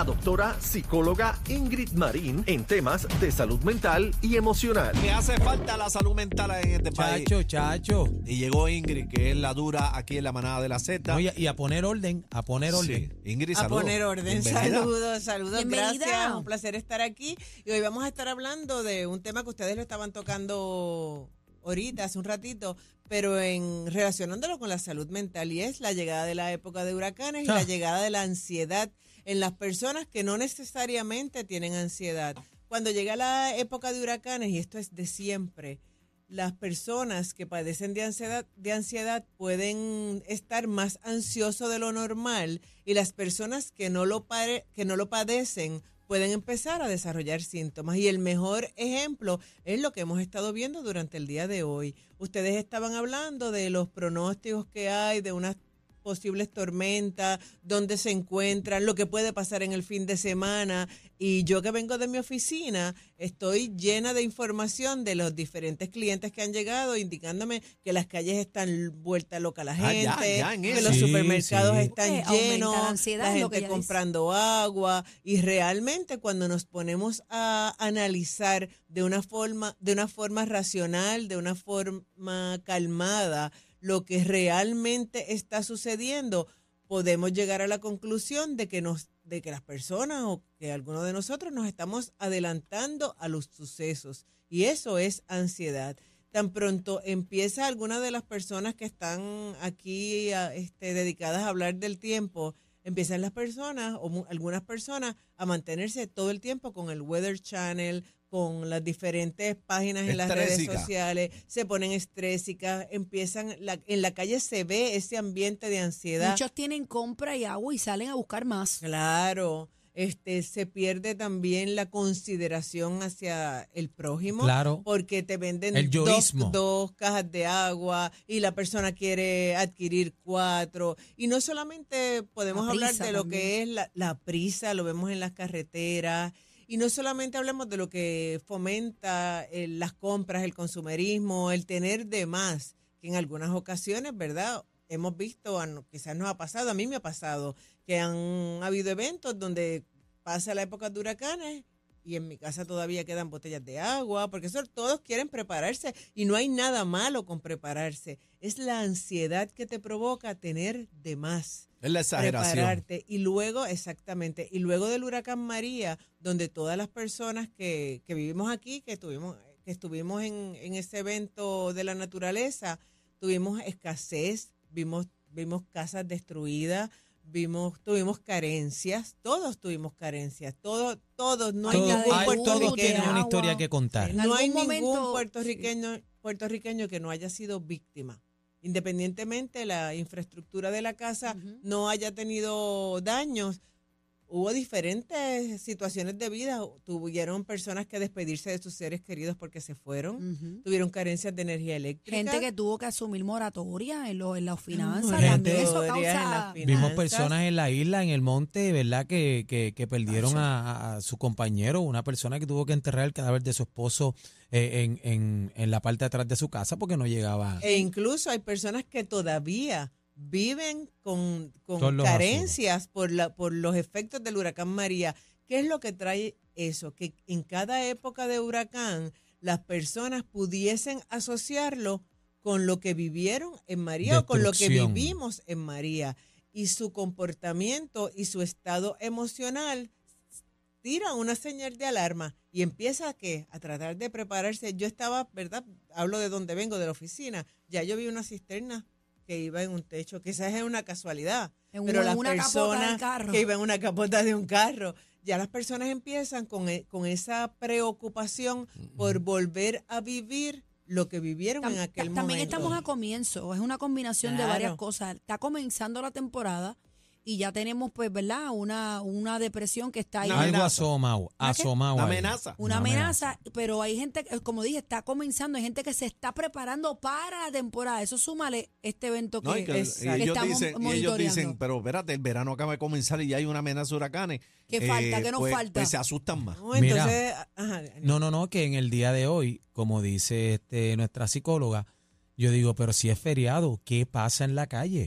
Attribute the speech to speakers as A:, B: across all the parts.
A: la doctora psicóloga Ingrid Marín en temas de salud mental y emocional.
B: Me hace falta la salud mental en este país.
C: Chacho.
B: Y llegó Ingrid, que es la dura aquí en la manada de la Z.
C: No, y a poner orden,
B: Sí. Ingrid,
D: A
B: saludos.
D: poner orden.
B: Bienvenida.
D: Saludos,
E: Bienvenida.
D: gracias. Un placer estar aquí. Y hoy vamos a estar hablando de un tema que ustedes lo estaban tocando ahorita, hace un ratito, pero relacionándolo con la salud mental, y es la llegada de la época de huracanes y la llegada de la ansiedad en las personas que no necesariamente tienen ansiedad. Cuando llega la época de huracanes, y esto es de siempre, las personas que padecen de ansiedad pueden estar más ansiosos de lo normal, y las personas que no lo padecen pueden empezar a desarrollar síntomas. Y el mejor ejemplo es lo que hemos estado viendo durante el día de hoy. Ustedes estaban hablando de los pronósticos que hay, de unas posibles tormentas, dónde se encuentran, lo que puede pasar en el fin de semana. Y yo que vengo de mi oficina, estoy llena de información de los diferentes clientes que han llegado, indicándome que las calles están vueltas loca la gente,
B: ya en
D: que
B: eso.
D: los
C: Sí,
D: supermercados
C: sí.
D: están
E: Aumenta
D: llenos,
E: la ansiedad,
D: la
E: lo que
D: gente
E: ella dice.
D: comprando agua. Y realmente cuando nos ponemos a analizar de una forma racional, de una forma calmada, lo que realmente está sucediendo, podemos llegar a la conclusión de que las personas o que algunos de nosotros nos estamos adelantando a los sucesos, y eso es ansiedad. Tan pronto empieza alguna de las personas que están aquí dedicadas a hablar del tiempo, empiezan las personas o algunas personas a mantenerse todo el tiempo con el Weather Channel, con las diferentes páginas en las redes
B: Estrésica.
D: sociales, se ponen estrésicas, en la calle se ve ese ambiente de ansiedad.
E: Muchos tienen compra y agua y salen a buscar más.
D: Claro, se pierde también la consideración hacia el prójimo.
C: Claro.
D: Porque te venden
C: El yoísmo.
D: dos cajas de agua y la persona quiere adquirir 4. Y no solamente podemos
E: La
D: hablar
E: prisa
D: de lo
E: también.
D: que es la prisa, lo vemos en las carreteras. Y no solamente hablemos de lo que fomenta las compras, el consumerismo, el tener de más, que en algunas ocasiones, ¿verdad? Hemos visto, quizás nos ha pasado, a mí me ha pasado, que han habido eventos donde pasa la época de huracanes y en mi casa todavía quedan botellas de agua, porque todos quieren prepararse y no hay nada malo con prepararse. Es la ansiedad que te provoca tener de más.
B: Es la exageración.
D: Prepararte. Y luego, exactamente, y luego del huracán María, donde todas las personas que vivimos aquí, que estuvimos en ese evento de la naturaleza, tuvimos escasez, vimos casas destruidas, tuvimos carencias, todos tuvimos carencias, todos, no hay
E: Todos-
D: ningún
E: todos
C: Todos
D: puertorriqueño.
C: tienen una
E: agua.
C: historia que contar.
E: En
D: No hay
E: algún
D: ningún
E: momento-
D: puertorriqueño que no haya sido víctima. Independientemente la infraestructura de la casa
E: Ujú.
D: no haya tenido daños, hubo diferentes situaciones de vida. Tuvieron personas que despedirse de sus seres queridos porque se fueron.
E: Ujú.
D: Tuvieron carencias de energía eléctrica.
E: Gente que tuvo que asumir moratoria en las finanzas.
C: Gente-
E: También eso
D: Moratorias en las
E: causa...
D: finanzas.
C: Vimos personas en la isla, en el monte, ¿verdad? Que perdieron a su compañero, una persona que tuvo que enterrar el cadáver de su esposo en la parte de atrás de su casa porque no llegaba.
D: E incluso hay personas que todavía viven con
C: Son los
D: carencias por los efectos del huracán María. ¿Qué es lo que trae eso? Que en cada época de huracán las personas pudiesen asociarlo con lo que vivieron en María o con lo que
C: Destrucción.
D: vivimos en María. Y su comportamiento y su estado emocional tira una señal de alarma y empieza a tratar de prepararse. Yo estaba, ¿verdad? Hablo de donde vengo, de la oficina. Ya yo vi una cisterna que iba en un techo, quizás es una casualidad, pero las
E: una capota
D: personas
E: del carro.
D: que iban en una capota de un carro, ya las personas empiezan con esa preocupación por volver a vivir lo que vivieron en aquel momento.
E: También estamos a comienzo, es una combinación de varias
D: Claro.
E: cosas. Está comenzando la temporada y ya tenemos, pues, ¿verdad? Una depresión que está ahí.
B: Una
C: Algo
B: amenaza.
C: asomado, asomado.
B: Una
C: ahí.
B: amenaza.
E: Una amenaza, pero hay gente, como dije, está comenzando, hay gente que se está preparando para la temporada. Eso súmale este evento que,
B: No, y que
D: Exacto.
E: que
B: ellos
E: estamos
B: dicen,
E: monitoreando.
B: pero espérate, el verano acaba de comenzar y ya hay una amenaza de huracanes.
E: ¿Qué falta? ¿Qué nos
B: pues,
E: falta?
B: Pues se asustan más.
D: No,
C: Mira.
D: entonces, ajá,
C: No, que en el día de hoy, como dice nuestra psicóloga, yo digo, pero si es feriado, ¿qué pasa en la calle?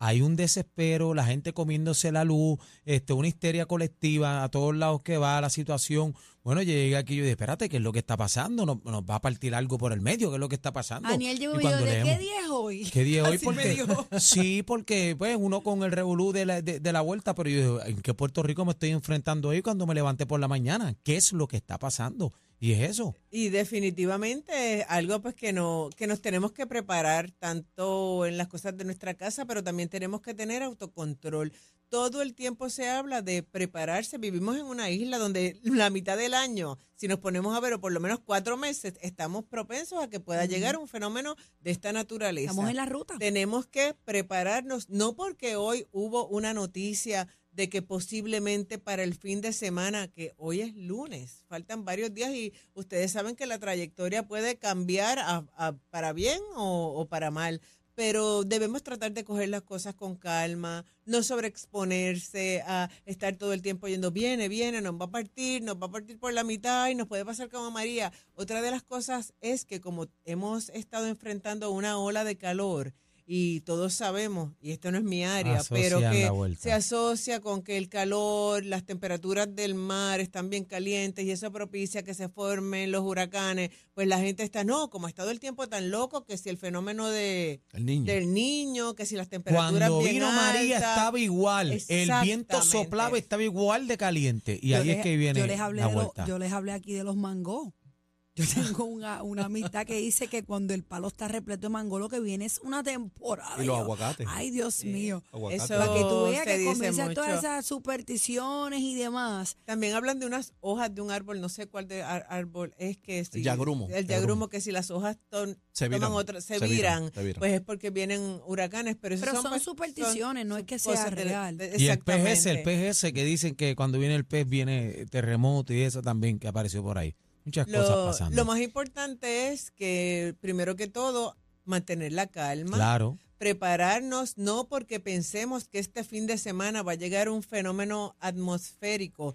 C: hay un desespero, la gente comiéndose la luz, una histeria colectiva a todos lados que va la situación. Bueno, yo llegué aquí y yo dije, espérate, ¿qué es lo que está pasando? Nos va a partir algo por el medio, ¿qué es lo que está pasando?
E: Aniel llegó
C: Y
E: y yo,
C: cuando
E: ¿de qué
C: leemos,
E: día es hoy?
C: ¿qué día es hoy?
D: Así me
C: Porque,
D: dijo.
C: sí, porque pues uno con el revolú de la vuelta, pero yo dije, ¿en qué Puerto Rico me estoy enfrentando hoy cuando me levanté por la mañana? ¿Qué es lo que está pasando? Y es eso.
D: Y definitivamente es algo pues que nos tenemos que preparar tanto en las cosas de nuestra casa, pero también tenemos que tener autocontrol. Todo el tiempo se habla de prepararse. Vivimos en una isla donde la mitad del año, si nos ponemos a ver, o por lo menos 4 meses, estamos propensos a que pueda llegar un fenómeno de esta naturaleza.
E: Estamos en la ruta.
D: Tenemos que prepararnos, no porque hoy hubo una noticia de que posiblemente para el fin de semana, que hoy es lunes, faltan varios días y ustedes saben que la trayectoria puede cambiar para bien o para mal, pero debemos tratar de coger las cosas con calma, no sobreexponerse a estar todo el tiempo yendo, viene, nos va a partir por la mitad y nos puede pasar como a María. Otra de las cosas es que como hemos estado enfrentando una ola de calor, y todos sabemos, y esto no es mi área, pero
C: Asocian
D: que
C: la vuelta.
D: se asocia con que el calor, las temperaturas del mar están bien calientes y eso propicia que se formen los huracanes, pues la gente está, no, como ha estado el tiempo tan loco, que si el fenómeno
B: El niño.
D: del niño, que si las temperaturas
C: Cuando
D: bien
C: vino María
D: altas.
C: estaba igual, el viento
D: Exactamente.
C: soplaba, estaba igual de caliente. Y ahí es que viene
E: yo les hablé
C: la
E: de lo-
C: vuelta.
E: yo les hablé aquí de los mangos. Yo tengo una amistad que dice que cuando el palo está repleto de mango, lo que viene es una temporada.
B: Y los
E: Yo,
B: aguacates.
E: Ay, Dios mío.
B: Aguacate.
D: Eso-
E: Para que tú veas
D: se
E: que
D: dice
E: comienzan
D: mucho.
E: todas esas supersticiones y demás.
D: También hablan de unas hojas de un árbol, no sé cuál de árbol es que si,
B: El yagrumo.
D: El yagrumo, que si las hojas
B: Se viran,
D: toman otra, se
B: se
D: viran,
B: viran, se viran.
D: pues es porque vienen huracanes. Pero, esos
E: Pero son
D: pues,
E: supersticiones, no es que sea
D: cosas
E: real.
C: Y el pez
D: exactamente.
C: ese que dicen que cuando viene el pez viene terremoto y eso también que apareció por ahí. Muchas cosas pasando.
D: Lo más importante es que, primero que todo, mantener la calma.
C: Claro.
D: Prepararnos, no porque pensemos que este fin de semana va a llegar un fenómeno atmosférico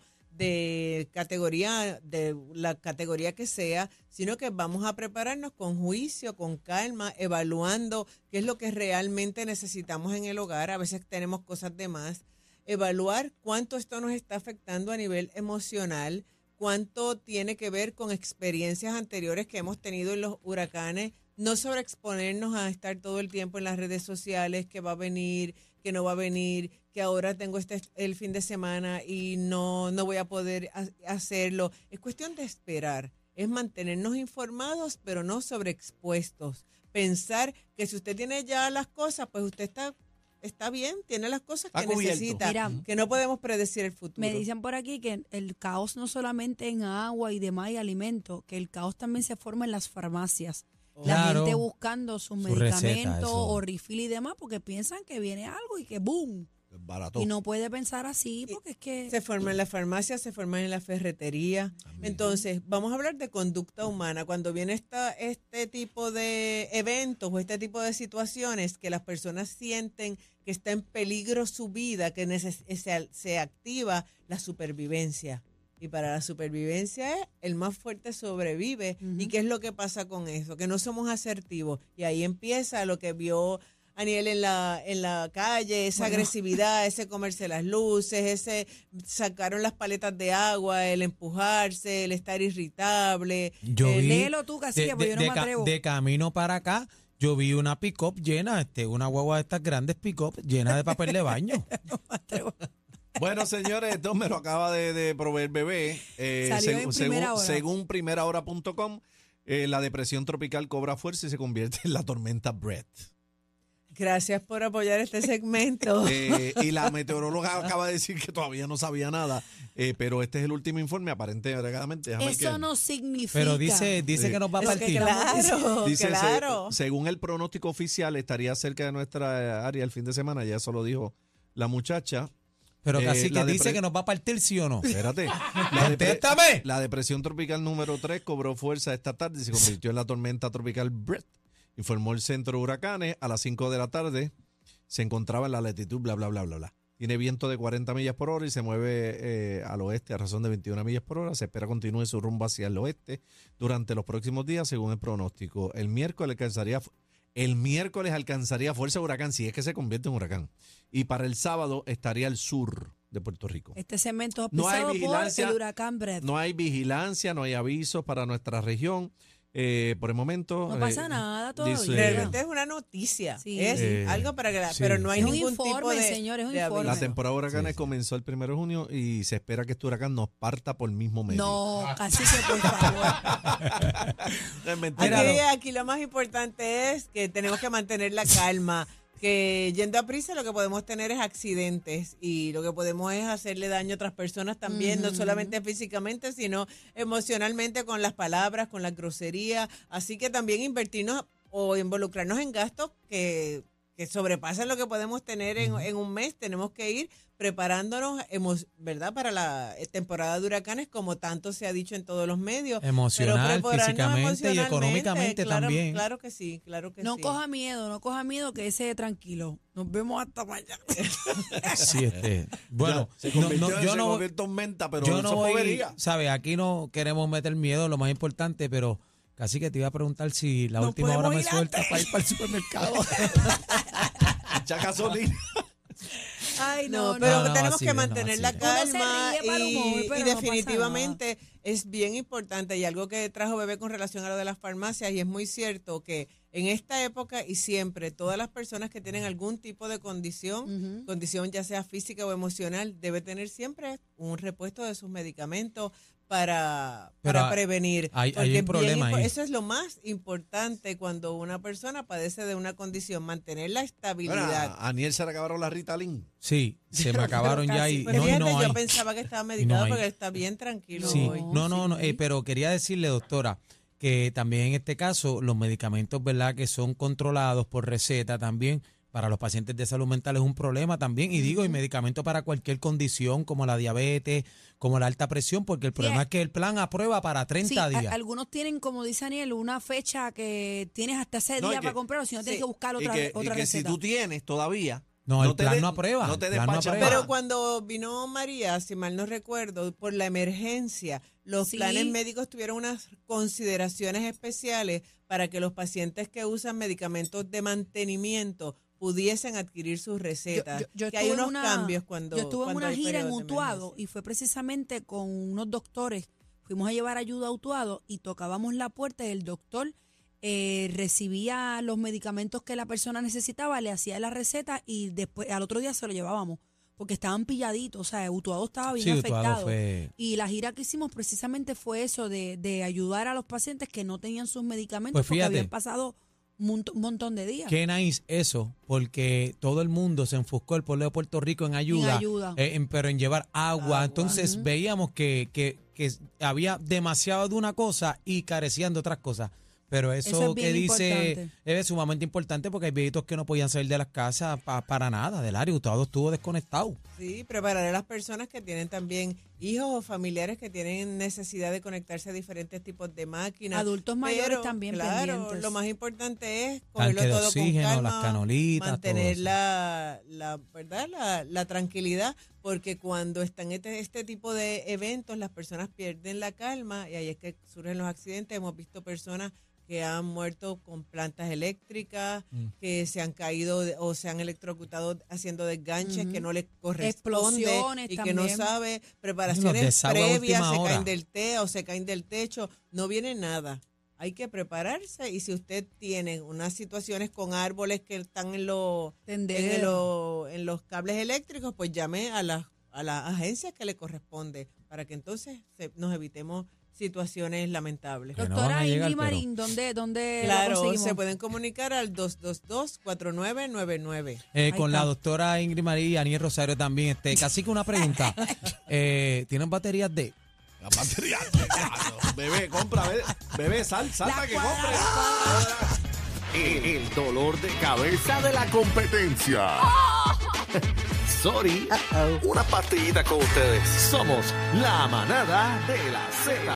D: de la categoría que sea, sino que vamos a prepararnos con juicio, con calma, evaluando qué es lo que realmente necesitamos en el hogar. A veces tenemos cosas de más. Evaluar cuánto esto nos está afectando a nivel emocional, cuánto tiene que ver con experiencias anteriores que hemos tenido en los huracanes, no sobreexponernos a estar todo el tiempo en las redes sociales, que va a venir, que no va a venir, que ahora tengo el fin de semana y no voy a poder hacerlo. Es cuestión de esperar, es mantenernos informados, pero no sobreexpuestos. Pensar que si usted tiene ya las cosas, pues usted está bien, tiene las cosas que
B: Está cubierto.
D: necesita,
E: Mira,
D: que no podemos predecir el futuro.
E: Me dicen por aquí que el caos no solamente en agua y demás y alimentos, que el caos también se forma en las farmacias. La
C: Claro.
E: gente buscando sus
C: Su receta,
E: medicamentos
C: eso.
E: o refill y demás porque piensan que viene algo y que ¡boom!
B: Barato.
E: Y no puede pensar así porque es que...
D: Se forma en la farmacia, se forma en la ferretería. Entonces, vamos a hablar de conducta humana. Cuando viene este tipo de eventos o este tipo de situaciones que las personas sienten que está en peligro su vida, que se activa la supervivencia. Y para la supervivencia es el más fuerte sobrevive.
E: Ujú.
D: ¿Y qué es lo que pasa con eso? Que no somos asertivos. Y ahí empieza lo que vio Aniel en la calle, esa
E: Bueno.
D: agresividad, ese comerse las luces, sacaron las paletas de agua, el empujarse, el estar irritable.
C: Yo vi
E: léelo tú, cacique, porque yo no me atrevo.
C: de camino para acá, yo vi una pick-up llena, una guagua de estas grandes pick-up llena de papel de baño.
B: Bueno, señores, esto me lo acaba de proveer Bebé.
E: Salió en Primera Hora.
B: Según primerahora.com, la depresión tropical cobra fuerza y se convierte en la tormenta Brett.
D: Gracias por apoyar este segmento.
B: Y la meteoróloga acaba de decir que todavía no sabía nada, pero este es el último informe, aparentemente. déjame
E: Eso
B: que-
E: no significa...
C: Pero dice que nos va a
E: Eso que
C: partir.
D: Claro,
B: Dice,
D: claro.
B: según el pronóstico oficial, estaría cerca de nuestra área el fin de semana, ya eso lo dijo la muchacha.
C: Pero casi que
B: la
C: dice
B: depre-
C: que nos va a partir, ¿sí o no?
B: Espérate.
C: ¡Contéstame!
B: La depresión tropical número 3 cobró fuerza esta tarde y se convirtió en la tormenta tropical Brett, informó el centro de huracanes a las 5 de la tarde. Se encontraba en la latitud, bla, bla, bla, bla, bla. Tiene viento de 40 millas por hora y se mueve al oeste a razón de 21 millas por hora. Se espera continúe su rumbo hacia el oeste durante los próximos días, según el pronóstico. El miércoles alcanzaría El miércoles alcanzaría fuerza de huracán, si es que se convierte en huracán. Y para el sábado estaría al sur de Puerto Rico.
E: Este segmento es
B: No hay
E: auspiciado por
B: vigilancia,
E: el huracán Brett.
B: No hay vigilancia, no hay avisos para nuestra región. Por el momento.
E: No pasa nada todavía.
B: dice-
D: Realmente es una noticia.
E: Sí.
D: Es algo para que
C: sí.
D: pero no hay
E: Es un
D: ningún
E: informe,
D: tipo de.
E: señor, es un
D: de aviso.
E: informe.
B: La temporada de huracanes
C: Sí.
B: comenzó el 1 de junio y se espera que este huracán nos parta por el mismo medio.
E: No, así que por favor.
B: Es mentira.
D: Aquí lo más importante es que tenemos que mantener la calma, que yendo a prisa lo que podemos tener es accidentes y lo que podemos es hacerle daño a otras personas también, no solamente físicamente, sino emocionalmente con las palabras, con la grosería. Así que también invertirnos o involucrarnos en gastos que sobrepasan lo que podemos tener en un mes. Tenemos que ir preparándonos, ¿verdad? Para la temporada de huracanes, como tanto se ha dicho en todos los medios.
C: Emocional,
D: Pero prepararnos
C: físicamente y económicamente
D: claro,
C: también.
D: Claro que sí, claro que
E: No
D: sí.
E: coja miedo, que ese tranquilo. Nos vemos hasta mañana.
C: Sí, bueno,
B: se
C: no,
B: convirtió,
C: no, yo
B: se
C: no,
B: convirtió en menta, pero
C: yo
B: eso
C: no
B: es
C: voy,
B: bobería.
C: ¿sabes? Aquí no queremos meter miedo, lo más importante, pero casi que te iba a preguntar si la
D: No
C: última hora
D: podemos
C: me
D: ir
C: suelta
D: antes.
C: para ir para el supermercado.
B: Echa gasolina.
E: Ay,
D: No,
E: no,
D: pero
C: no,
D: tenemos
C: así
D: que
C: es, no,
D: mantener la
C: así es.
E: Uno se
D: calma
E: ríe para el humor, pero
D: y
E: no pasa
D: definitivamente es bien importante y algo que trajo Bebé con relación a lo de las farmacias y es muy cierto que en esta época y siempre todas las personas que tienen algún tipo de condición, condición ya sea física o emocional, debe tener siempre un repuesto de sus medicamentos para
C: Pero
D: prevenir.
C: hay
D: Porque
C: un
D: es bien
C: problema ahí.
D: Eso es lo más importante cuando una persona padece de una condición, mantener la estabilidad.
B: Bueno, a Aniel se le acabaron las Ritalin.
C: Sí, se me acabaron ya y
D: Pues
C: no, y
D: fíjate,
C: no hay.
D: yo pensaba que estaba medicado
C: hay.
D: porque está bien tranquilo
C: Sí,
D: hoy.
C: no, pero quería decirle, doctora, que también en este caso los medicamentos, ¿verdad?, que son controlados por receta también para los pacientes de salud mental es un problema también. Y digo, y medicamentos para cualquier condición como la diabetes, como la alta presión, porque el problema es que el plan aprueba para 30
E: Sí,
C: días.
E: algunos tienen, como dice Daniel, una fecha que tienes hasta ese
B: No, y
E: día
B: que-
E: para comprarlo, si no tienes
D: sí,
E: que buscar
B: Y
E: otra,
B: que,
E: otra
B: y que si
E: receta.
B: tú tienes todavía.
C: No, el
B: te
C: plan
B: de-
C: no aprueba,
B: No te
C: el plan no
B: despachan
C: aprueba.
D: Pero
B: más.
D: cuando vino María, si mal no recuerdo, por la emergencia, los
E: Sí.
D: planes médicos tuvieron unas consideraciones especiales para que los pacientes que usan medicamentos de mantenimiento pudiesen adquirir sus recetas.
E: Yo
D: que hay
E: estuve en
D: unos cambios cuando
E: Yo estuve en
D: cuando
E: una
D: hay
E: gira en
D: periodos de
E: Utuado
D: emergencia.
E: y fue precisamente con unos doctores. Fuimos a llevar ayuda a Utuado y tocábamos la puerta y el doctor recibía los medicamentos que la persona necesitaba, le hacía la receta y después al otro día se lo llevábamos porque estaban pilladitos, o sea, Utuado estaba bien
C: Sí, Utuado
E: afectado.
C: fue-
E: Y la gira que hicimos precisamente fue eso, de ayudar a los pacientes que no tenían sus medicamentos
C: Pues
E: porque
C: fíjate.
E: habían pasado un montón de días.
C: Qué nice eso, porque todo el mundo se enfocó, el pueblo de Puerto Rico, en ayuda,
E: ayuda.
C: pero en llevar agua. Entonces veíamos que había demasiado de una cosa y carecían de otras cosas. Pero
E: Eso
C: eso
E: es
C: que
E: bien
C: dice
E: importante.
C: es sumamente importante porque hay viejitos que no podían salir de las casas para nada, del área. Todo estuvo desconectado.
D: Sí, preparar a las personas que tienen también hijos o familiares que tienen necesidad de conectarse a diferentes tipos de máquinas.
E: Adultos mayores
D: Pero,
E: también
D: claro,
E: pendientes.
D: lo más importante es cogerlo
C: Tanque de
D: todo
C: oxígeno,
D: con calma,
C: las canolitas,
D: mantener
C: todo
D: ¿verdad? La tranquilidad, porque cuando están este tipo de eventos, las personas pierden la calma y ahí es que surgen los accidentes. Hemos visto personas que han muerto con plantas eléctricas, que se han caído o se han electrocutado haciendo desganches que no les corresponde
E: Explosiones
D: y que no
E: también.
D: sabe,
C: Los
D: preparaciones
C: desagües a
D: previas,
C: última
D: se
C: hora.
D: caen del o se caen del techo, no viene nada. Hay que prepararse y si usted tiene unas situaciones con árboles que están en los cables eléctricos, pues llame a las agencias que le corresponde para que entonces nos evitemos situaciones lamentables.
C: Que no van
E: Doctora
C: a llegar,
E: Ingrid
C: pero-
E: Marín, ¿dónde la
D: Claro,
E: conseguimos?
D: se pueden comunicar al 222-4999.
C: Con la
E: está.
C: doctora Ingrid María y Aniel Rosario también. Casi que una pregunta. ¿Tienen baterías de...?
B: La batería. Bebé, compra, bebé, salta
E: La
B: que
E: cuadra,
B: compre.
A: El dolor de cabeza de la competencia. Sorry. Una partidita con ustedes. Somos la manada de la Z.